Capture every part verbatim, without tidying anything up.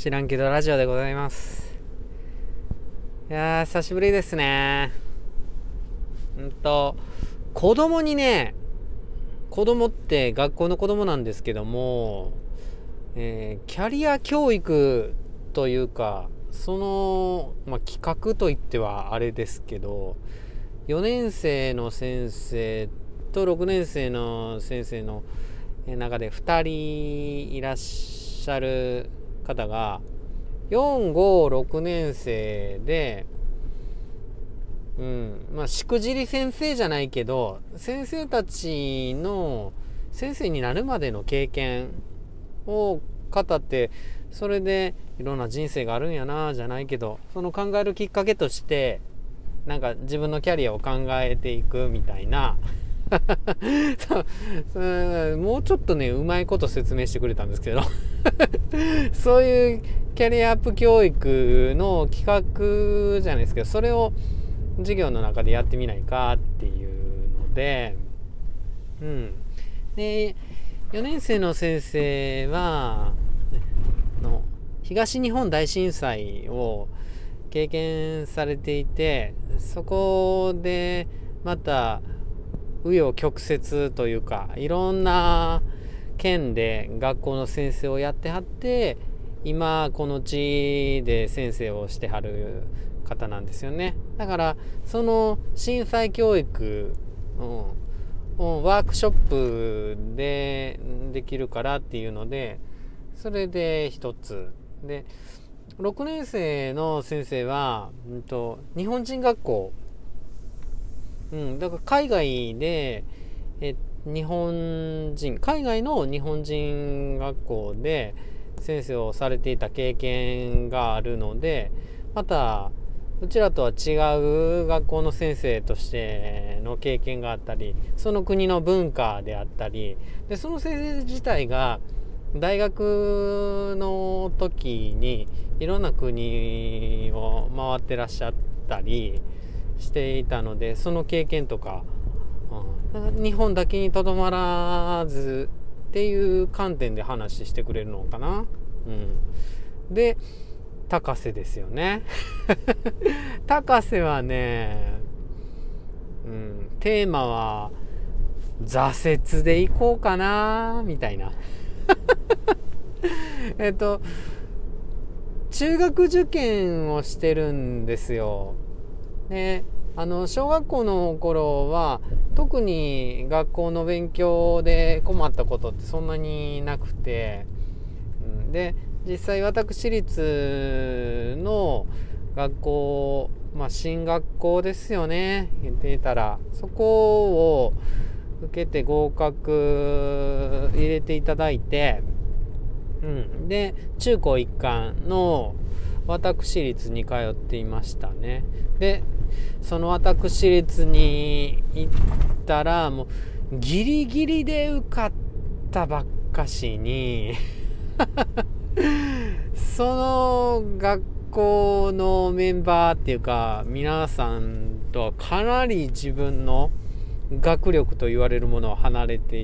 知らんけどラジオでございます。いやー久しぶりですね。うんと子供にね子供って学校の子供なんですけども、えーキャリア教育というかその、まあ、企画といってはあれですけど、よねん生の先生とろくねん生の先生の中でふたりいらっしゃる方がよん、ご、ろくねん生で、うんまあ、しくじり先生じゃないけど先生たちの先生になるまでの経験を語って、それでいろんな人生があるんやなじゃないけど、その考えるきっかけとしてなんか自分のキャリアを考えていくみたいなそうそうもうちょっとねうまいこと説明してくれたんですけどそういうキャリアアップ教育の企画じゃないですけど、それを授業の中でやってみないかっていうので、うんでよねん生の先生はの東日本大震災を経験されていて、そこでまた紆余曲折というかいろんな県で学校の先生をやってはって、今この地で先生をしてはる方なんですよね。だからその震災教育をワークショップでできるからっていうので、それで一つでろくねん生の先生は、うんと、日本人学校、うん、だから海外でえ日本人海外の日本人学校で先生をされていた経験があるので、またうちらとは違う学校の先生としての経験があったり、その国の文化であったりで、その先生自体が大学の時にいろんな国を回ってらっしゃったりしていたので、その経験とか、うん、日本だけにとどまらずっていう観点で話してくれるのかな。うん、で高瀬ですよね高瀬はね、うん、テーマは挫折でいこうかなみたいなえっと中学受験をしてるんですよ。であの小学校の頃は特に学校の勉強で困ったことってそんなになくて、で実際私立の学校、まあ進学校ですよね、言っていたらそこを受けて合格入れていただいて、うん、で中高一貫の私立に通っていましたね。でその私立に行ったらもうギリギリで受かったばっかしにその学校のメンバーっていうか皆さんとはかなり自分の学力と言われるものを離れていって、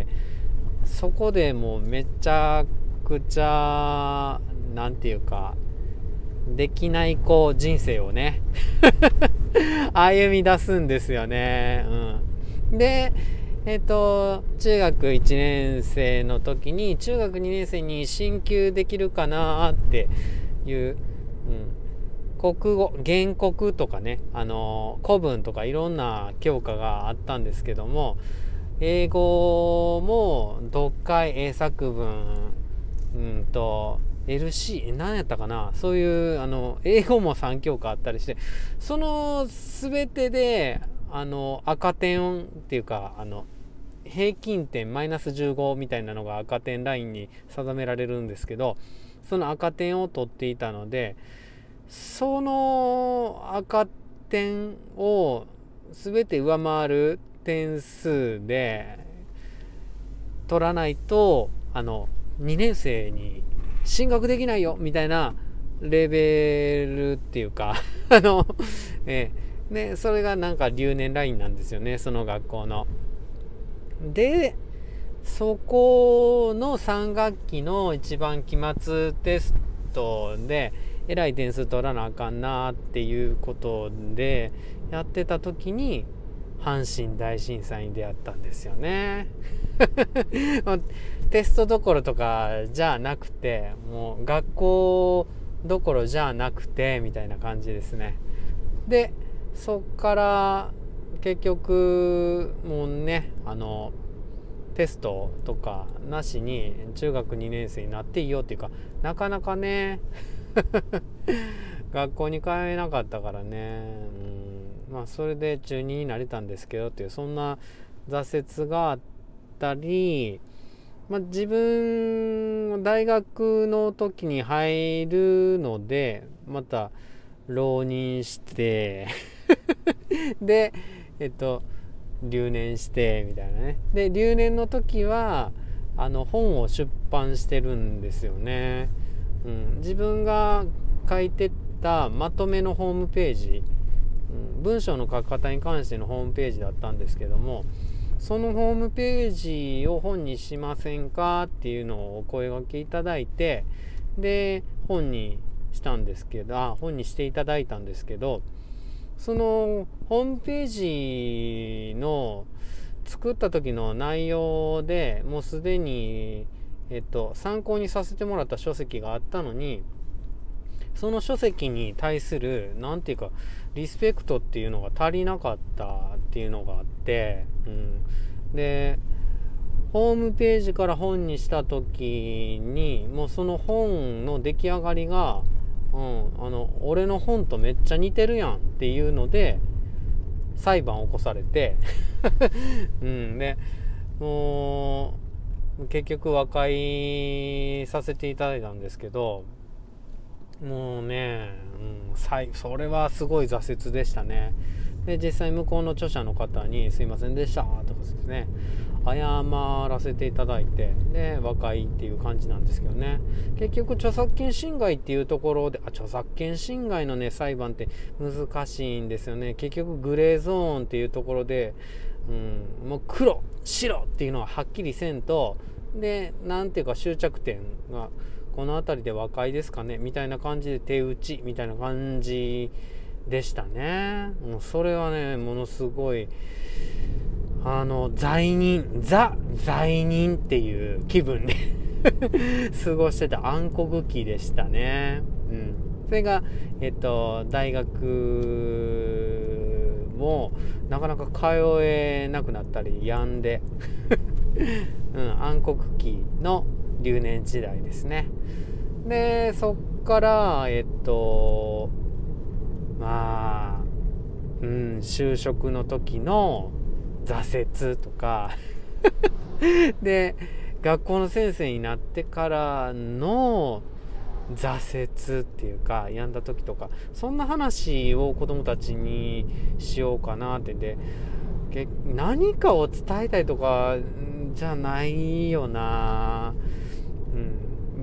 そこでもうめちゃくちゃなんていうかできない子人生をね歩み出すんですよね。うん、でえっと中学いちねん生の時に中学にねん生に進級できるかなっていう、うん、国語原告とかね、あの古文とかいろんな教科があったんですけども、英語も読解英作文、うんと エルシー 何やったかな、そういうあの英語もさん教科あったりして、その全てであの赤点っていうかあの平均点マイナスじゅうごみたいなのが赤点ラインに定められるんですけど、その赤点を取っていたので、その赤点を全て上回る点数で取らないとあのにねん生に進学できないよみたいなレベルっていうかあの、えー、ね、それがなんか留年ラインなんですよね、その学校の。でそこのさん学期の一番期末テストでえらい点数取らなあかんなっていうことでやってた時に阪神大震災に出会ったんですよねテストどころとかじゃなくて、もう学校どころじゃなくてみたいな感じですね。でそっから結局もうね、あのテストとかなしに中学にねん生になっていいよっていうか、なかなかね学校に通えなかったからね、うん、まあそれで中にになれたんですけどっていう、そんな挫折があったり、まあ、自分大学の時に入るのでまた浪人してでえっと留年してみたいなね。で留年の時はあの本を出版してるんですよね、うん、自分が書いてたまとめのホームページ、うん、文章の書き方に関してのホームページだったんですけども、そのホームページを本にしませんかっていうのをお声掛けいただいて、で本にしたんですけど、あ本にしていただいたんですけど、そのホームページの作った時の内容でもうすでに、えっと、参考にさせてもらった書籍があったのに、その書籍に対するなんていうかリスペクトっていうのが足りなかったっていうのがあって、うん、でホームページから本にした時にもうその本の出来上がりが、うん、あの俺の本とめっちゃ似てるやんっていうので裁判を起こされて、うん、でもう結局和解させていただいたんですけど、もうね、うん、それはすごい挫折でしたね。で実際向こうの著者の方にすいませんでしたとかですね謝らせていただいて、で和解っていう感じなんですけどね。結局著作権侵害っていうところで、あ著作権侵害のね裁判って難しいんですよね。結局グレーゾーンっていうところで、うん、もう黒白っていうのがはっきりせんと、でなんていうか終着点がこの辺りで和解ですかねみたいな感じで手打ちみたいな感じでしたね。もうそれはねものすごいあの罪人ザ罪人っていう気分で過ごしてた暗黒期でしたね、うん、それがえっと大学もなかなか通えなくなったりやんで、うん、暗黒期の留年時代ですね。でそっからえっとまあうん就職の時の挫折とかで学校の先生になってからの挫折っていうか病んだ時とか、そんな話を子供たちにしようかなって。で何かを伝えたいとかじゃないよな、うん、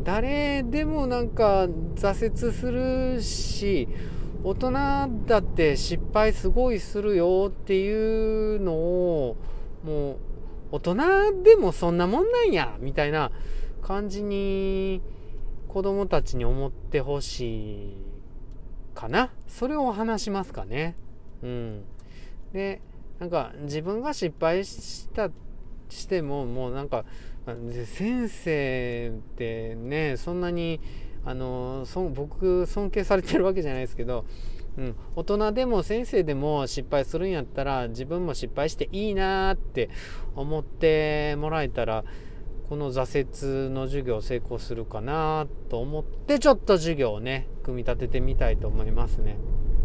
誰でもなんか挫折するし、大人だって失敗すごいするよっていうのをもう大人でもそんなもんなんやみたいな感じに子供たちに思ってほしいかな。それを話しますかね。うん。でなんか自分が失敗したしてももうなんか先生ってねそんなにあのそ僕尊敬されてるわけじゃないですけど、うん、大人でも先生でも失敗するんやったら自分も失敗していいなって思ってもらえたらこの挫折の授業成功するかなと思ってちょっと授業をね組み立ててみたいと思いますね。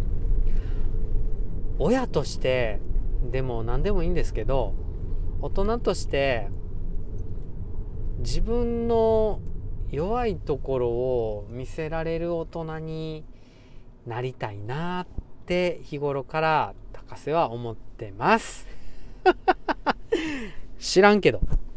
親としてでも何でもいいんですけど、大人として自分の弱いところを見せられる大人になりたいなって日頃から高瀬は思ってます知らんけど